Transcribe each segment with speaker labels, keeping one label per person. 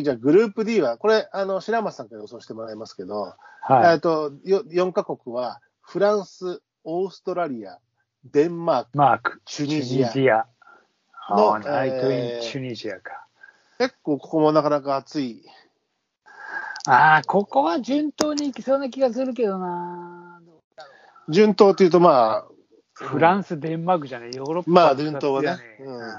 Speaker 1: 次、じゃあグループ D は、これ、白松さんから予想してもらいますけど、
Speaker 2: はい。
Speaker 1: 4カ国は、フランス、オーストラリア、デンマーク、
Speaker 2: マーク、
Speaker 1: チュ
Speaker 2: チュ
Speaker 1: ニジア
Speaker 2: ニジア。
Speaker 1: の、
Speaker 2: ナイトインチュニジアか。
Speaker 1: 結構ここもなかなか熱い。
Speaker 2: ここは順当にいきそうな気がするけどな。
Speaker 1: 順当というと、まあ、
Speaker 2: フランス、デンマークじゃねえ、ヨーロッ
Speaker 1: まあ、
Speaker 2: パの2
Speaker 1: 順当はね。
Speaker 2: つやね。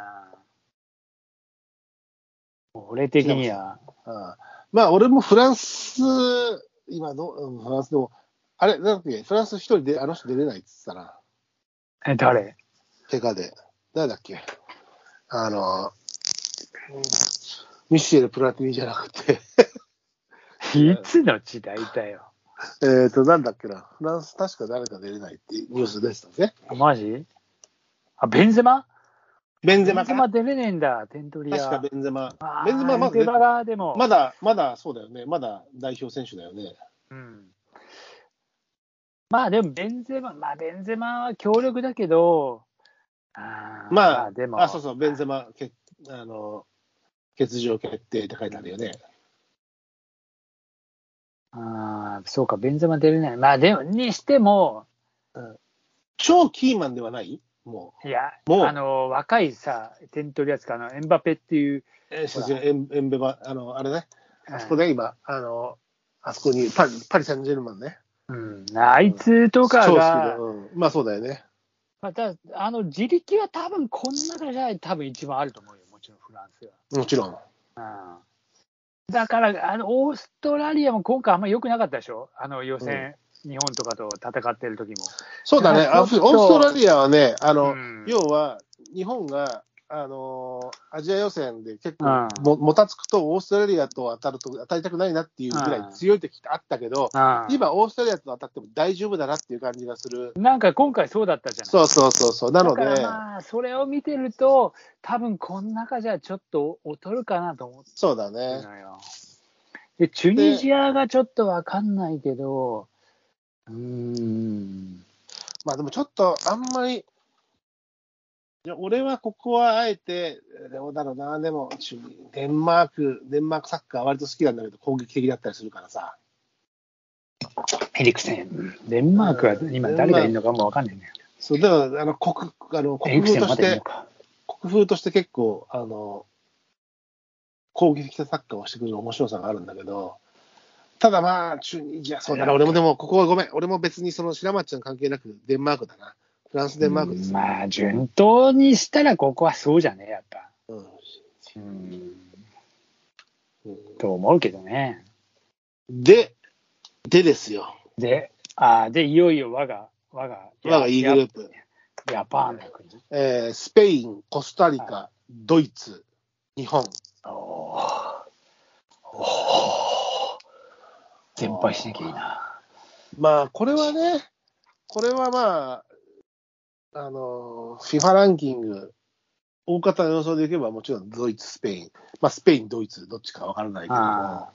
Speaker 2: 俺的には。
Speaker 1: まあ、俺もフランス、今フランスでも、あれ、なんだっけ、フランス一人で、あの人出れないって言ってたな。
Speaker 2: 誰？
Speaker 1: 怪我で。誰だっけ？ミシェル・プラティニじゃなくて。
Speaker 2: いつの時代だよ。
Speaker 1: なんだっけな。フランス、確か誰か出れないってニュースでしたね。
Speaker 2: マジ？ベンゼマ
Speaker 1: ベンゼマか。
Speaker 2: 出れねえんだ、テントリア。
Speaker 1: 確かベンゼマ。
Speaker 2: ベンゼマがでも。
Speaker 1: まだそうだよね。まだ代表選手だよね。
Speaker 2: うん。まあでもベンゼマは強力だけど、
Speaker 1: まあ、
Speaker 2: でも。
Speaker 1: そうそう、ベンゼマ、欠場決定って書いてあるよね。
Speaker 2: そうか、ベンゼマ出れない。まあでも、にしても、
Speaker 1: 超キーマンではないもう。
Speaker 2: いや、若いさ、点取りやつか、エンバペっていう。
Speaker 1: エンベバ、あれね。あそこで今、あそこにパリ・サンジェルマンね。
Speaker 2: あいつとかが、
Speaker 1: まあそうだよね。
Speaker 2: また自力は多分この中じゃ多分一番あると思うよ、もちろんフランスは。
Speaker 1: もちろん。
Speaker 2: だからオーストラリアも今回あんまり良くなかったでしょ、予選、日本とかと戦ってる時も。
Speaker 1: そうだね、オーストラリアはね、要は日本がアジア予選で結構もたつくと、オーストラリアと当たりたくないなっていうぐらい強い時ってあったけど、今、オーストラリアと当たっても大丈夫だなっていう感じがする。
Speaker 2: なんか今回そうだったじゃない。
Speaker 1: そう。なので、
Speaker 2: だからまあ、それを見てると、多分この中じゃちょっと劣るかなと思って。
Speaker 1: そうだね。
Speaker 2: で、チュニジアがちょっと分かんないけど、
Speaker 1: まあでもちょっとあんまり、俺はここはあえて、どうだろうな、でも、デンマークサッカー割と好きなんだけど、攻撃的だったりするからさ。
Speaker 2: エリクセン。デンマークは今誰がいるのかも分かんないね。
Speaker 1: そう、だから国風として結構、攻撃的なサッカーをしてくる面白さがあるんだけど、ただまあ、チュニジア、そうだな、俺もでも、ここはごめん、俺も別にその白松ちゃん関係なく、デンマークだな。フランス、デンマークです。
Speaker 2: まあ、順当にしたら、ここはそうじゃね、やっぱ。と思うけどね。
Speaker 1: でですよ。
Speaker 2: で、いよいよ我が
Speaker 1: E グループ。
Speaker 2: ジャパンの
Speaker 1: 国。スペイン、コスタリカ、ドイツ、日本。
Speaker 2: 全敗しなきゃいいな。
Speaker 1: まあ、これはまあ、FIFA ランキング、大方の予想でいけばもちろんドイツ、スペイン。まあ、スペイン、ドイツ、どっちかわからないけど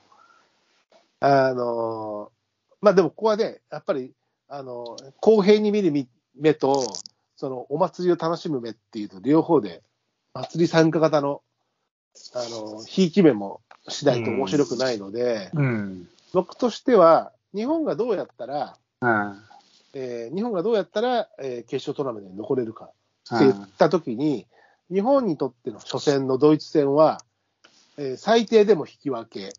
Speaker 1: も。まあでもここはね、やっぱり、公平に見る目と、そのお祭りを楽しむ目っていうと、両方で、祭り参加型の、ひいき目もしないと面白くないので、僕としては、日本がどうやったら、決勝トーナメントに残れるかって言ったときに、日本にとっての初戦のドイツ戦は、最低でも引き分け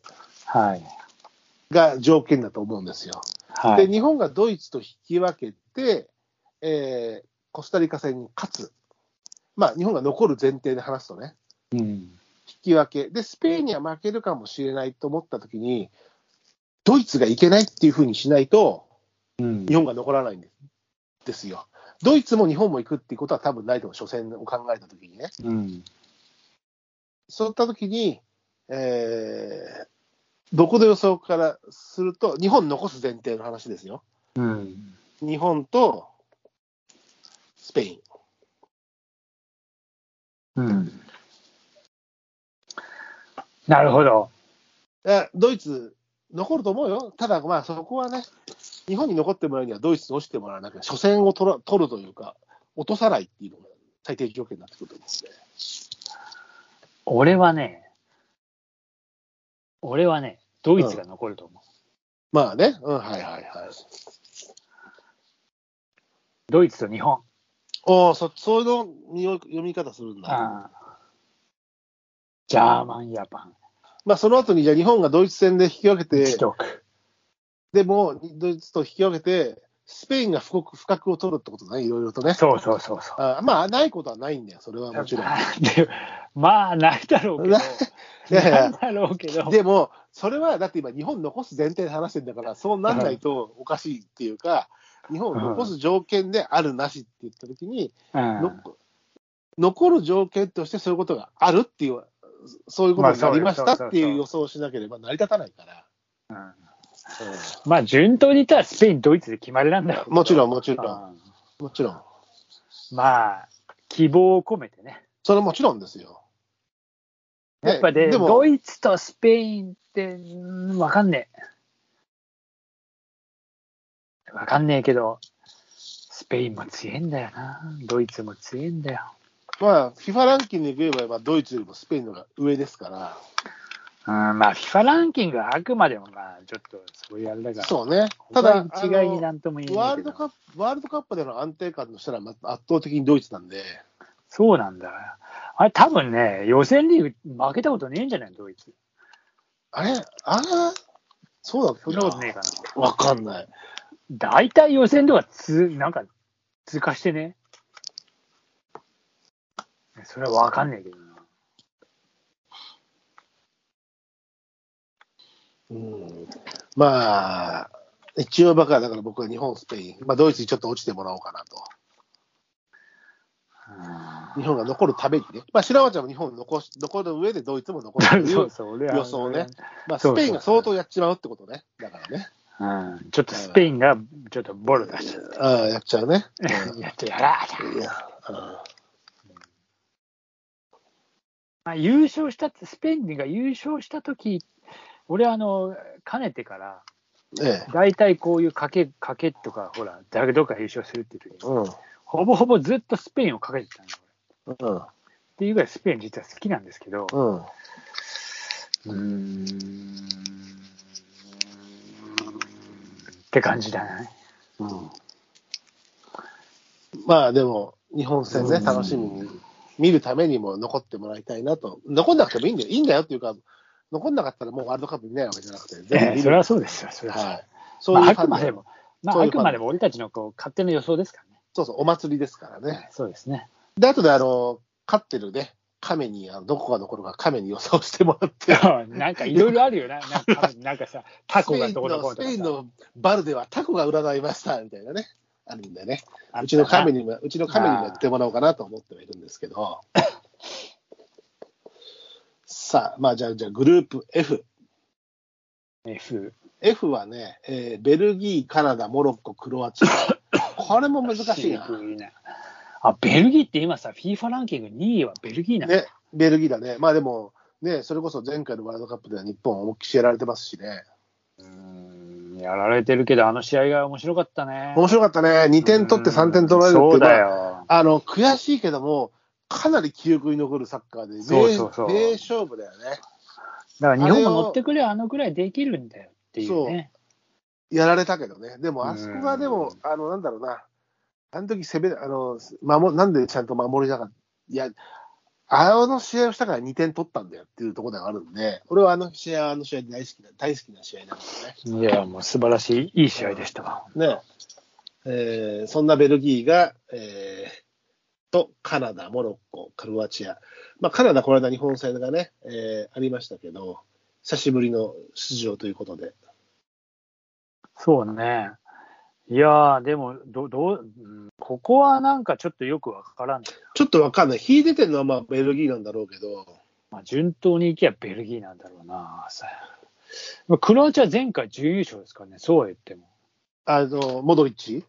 Speaker 1: が条件だと思うんですよ。で、日本がドイツと引き分けて、コスタリカ戦に勝つ。まあ、日本が残る前提で話すとね、引き分け。で、スペインには負けるかもしれないと思ったときに、ドイツがいけないっていうふうにしないと、日本が残らないんですよ。ドイツも日本も行くっていうことは多分ないと思う、初戦を考えたときにね。そういったときに、どこで予想からすると、日本残す前提の話ですよ。日本とスペイ
Speaker 2: ン。なるほど。
Speaker 1: ドイツ残ると思うよ。ただまあそこはね、日本に残ってもらうにはドイツに落ちてもらわなきゃ、初戦を取るというか、落とさないっていうのが最低条件になってくると思うんで。
Speaker 2: 俺はね、 俺はね、ドイツが残ると思う。
Speaker 1: まあね、はいはいはい。
Speaker 2: ドイツと日本。
Speaker 1: そういうの読み方するんだ。
Speaker 2: ジャーマン、ヤパン。
Speaker 1: まあその後にじゃあ日本がドイツ戦で引き分けて、でもドイツと引き分けて、スペインが不覚を取るってことね、いろいろとね。
Speaker 2: そう。
Speaker 1: まあないことはないんだよ、それはもちろん。
Speaker 2: まあないだろうけど。ないだろうけど。
Speaker 1: でも、それはだって今日本残す前提で話してるんだから、そうなんないとおかしいっていうか、日本を残す条件であるなしって言ったときに、残る条件としてそういうことがあるっていう、そういうことになりましたっていう予想をしなければ成り立たないから。
Speaker 2: まあ順当に言ったらスペイン、ドイツで決まりなんだろう。
Speaker 1: もちろん。
Speaker 2: まあ、希望を込めてね。
Speaker 1: それはもちろんですよ。
Speaker 2: やっぱでもドイツとスペインってわかんねえけど、スペインも強いんだよな。ドイツも強いんだよ。
Speaker 1: まあ、FIFA ランキングで言えば、ドイツよりもスペインの方が上ですから。
Speaker 2: まあ、FIFA ランキングはあくまでも、まあ、ちょっと、そういうあれだから。
Speaker 1: そうね。ただ、
Speaker 2: 違いになんとも言えないけど。
Speaker 1: ワールドカップでの安定感としたら、圧倒的にドイツなんで。
Speaker 2: そうなんだ。あれ、多分ね、予選リーグ負けたことねえんじゃないドイツ。
Speaker 1: そうだっけ？
Speaker 2: そんなことねえかな。
Speaker 1: わかんない。
Speaker 2: 大体予選とかなんか、通過してね。それはわかんないけどな。
Speaker 1: まあ、一応だから僕は日本、スペイン、まあ、ドイツにちょっと落ちてもらおうかなと。日本が残るためにね。まあ、白輪ちゃんも日本残る上でドイツも残るという予想ね。まあ、スペインが相当やっちまうってことね。だからね。
Speaker 2: ちょっとスペインがちょっとボロ出しちゃう。
Speaker 1: やっちゃうね。
Speaker 2: やらスペインが優勝したとき、俺かねてから、大体こういう賭けとか、ほら、どっか優勝するっていうときに、ほぼほぼずっとスペインをかけてたの、っていうぐらいスペイン実は好きなんですけど、って感じだね。ま
Speaker 1: あでも、日本戦ね、楽しみに見るためにも残ってもらいたいなと。残んなくてもいいんだよっていうか、残んなかったらもうワールドカップ見ないわけじゃなくて、
Speaker 2: それはそうですよ、それは。あくまでも俺たちの勝手な予想ですからね。
Speaker 1: そう、お祭りですからね。
Speaker 2: そうですね。
Speaker 1: で、あとで勝ってるね、亀に、どこが残るか亀に予想してもらって。
Speaker 2: なんかいろいろあるよな。なんかさ、タコがどこのこうとかさ。
Speaker 1: スペインのバルではタコが占いました、みたいなね。あるんでね。うちの亀にもやってもらおうかなと思ってはいるんですけど。さあ、まあじゃあグループ F。F はね、ベルギー、カナダ、モロッコ、クロアチア。これも難しいな。
Speaker 2: ベルギーって今さ、FIFA ランキング2位はベルギーなんだね。
Speaker 1: ベルギーだね。まあでも、ね、それこそ前回のワールドカップでは日本は思いっきりやられてますしね。
Speaker 2: やられてるけど、試合が面白かったね。
Speaker 1: 面白かったね。2点取って3点取られるって
Speaker 2: そうだよ。
Speaker 1: 悔しいけども、かなり記憶に残るサッカーで、名勝負だよね。
Speaker 2: だから日本が乗ってくればくらいできるんだよっていうね。
Speaker 1: やられたけどね。でも、あそこがでも、なんだろうな。あの時なんでちゃんと守りなかった。いや、試合をしたから2点取ったんだよっていうところがあるんで、俺は試合で大好きな試合なんですね。
Speaker 2: いや、もう素晴らしい、いい試合でしたわ。
Speaker 1: ね。そんなベルギーが、カナダ、モロッコ、クロアチア。まあ、カナダ、この間日本戦がね、ありましたけど、久しぶりの出場ということで。
Speaker 2: そうね。いやー、でも、ここはなんかちょっとよくわからない。
Speaker 1: ちょっとわかんない。引いててるのはまあベルギーなんだろうけど。
Speaker 2: まあ、順当にいけばベルギーなんだろうな。クロアチア前回準優勝ですからね、そうは言っても。
Speaker 1: モドリッチ。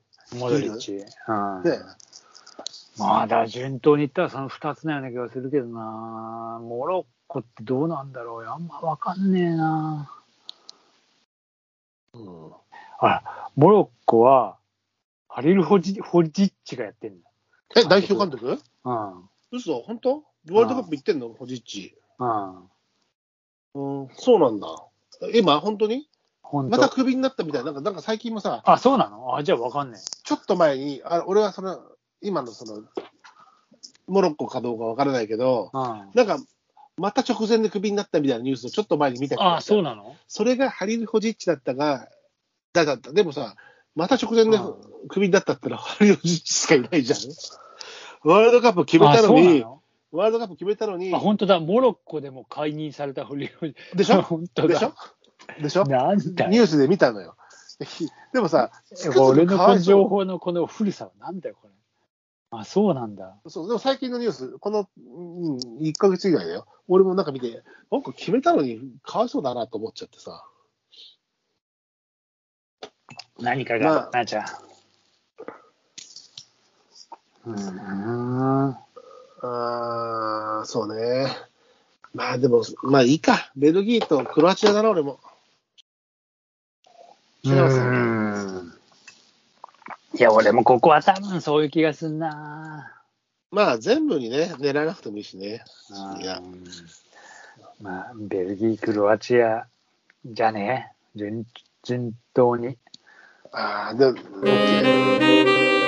Speaker 2: まあ、だ順当にいったらその2つのような気がするけどな。モロッコってどうなんだろうよ。あんまわかんねえな。モロッコは、ハリル・ホジッチがやってんだ。
Speaker 1: 代表監督？嘘？本当？ワールドカップ行ってんの？ホジッチ。 そうなんだ。今、本当に
Speaker 2: 本当
Speaker 1: またクビになったみたいな。なんか最近もさ、
Speaker 2: あ、そうなの？じゃあわかんねえ。
Speaker 1: ちょっと前に、俺は今のモロッコかどうかわからないけど、なんか、また直前でクビになったみたいなニュースをちょっと前に見た気がした。
Speaker 2: あ、そうなの？
Speaker 1: それがハリル・ホジッチだったが、だった。でもさ、また直前でクビになったったら、ハリル・ホジッチしかいないじゃん。ワールドカップ決めたのに、
Speaker 2: 本当だ、モロッコでも解任されたフリー
Speaker 1: でしょ
Speaker 2: 本当だ。
Speaker 1: でしょ
Speaker 2: なんだ
Speaker 1: ニュースで見たのよ。でもさ、
Speaker 2: 俺のこの情報のこの古さはなんだよ、これ。あ、そうなんだ。
Speaker 1: そう、でも最近のニュース、この、1ヶ月以外だよ。俺もなんか見て、なんか決めたのにかわいそうだなと思っちゃってさ。
Speaker 2: 何かが、なっちゃ
Speaker 1: う。そうね。まあでも、まあいいか。ベルギーとクロアチアだな、俺も。
Speaker 2: いや、俺もここは多分そういう気がすんな。
Speaker 1: まあ全部にね、狙わなくてもいいしね。いや。
Speaker 2: まあ、ベルギー、クロアチアじゃね、順当に。
Speaker 1: で、オッケー。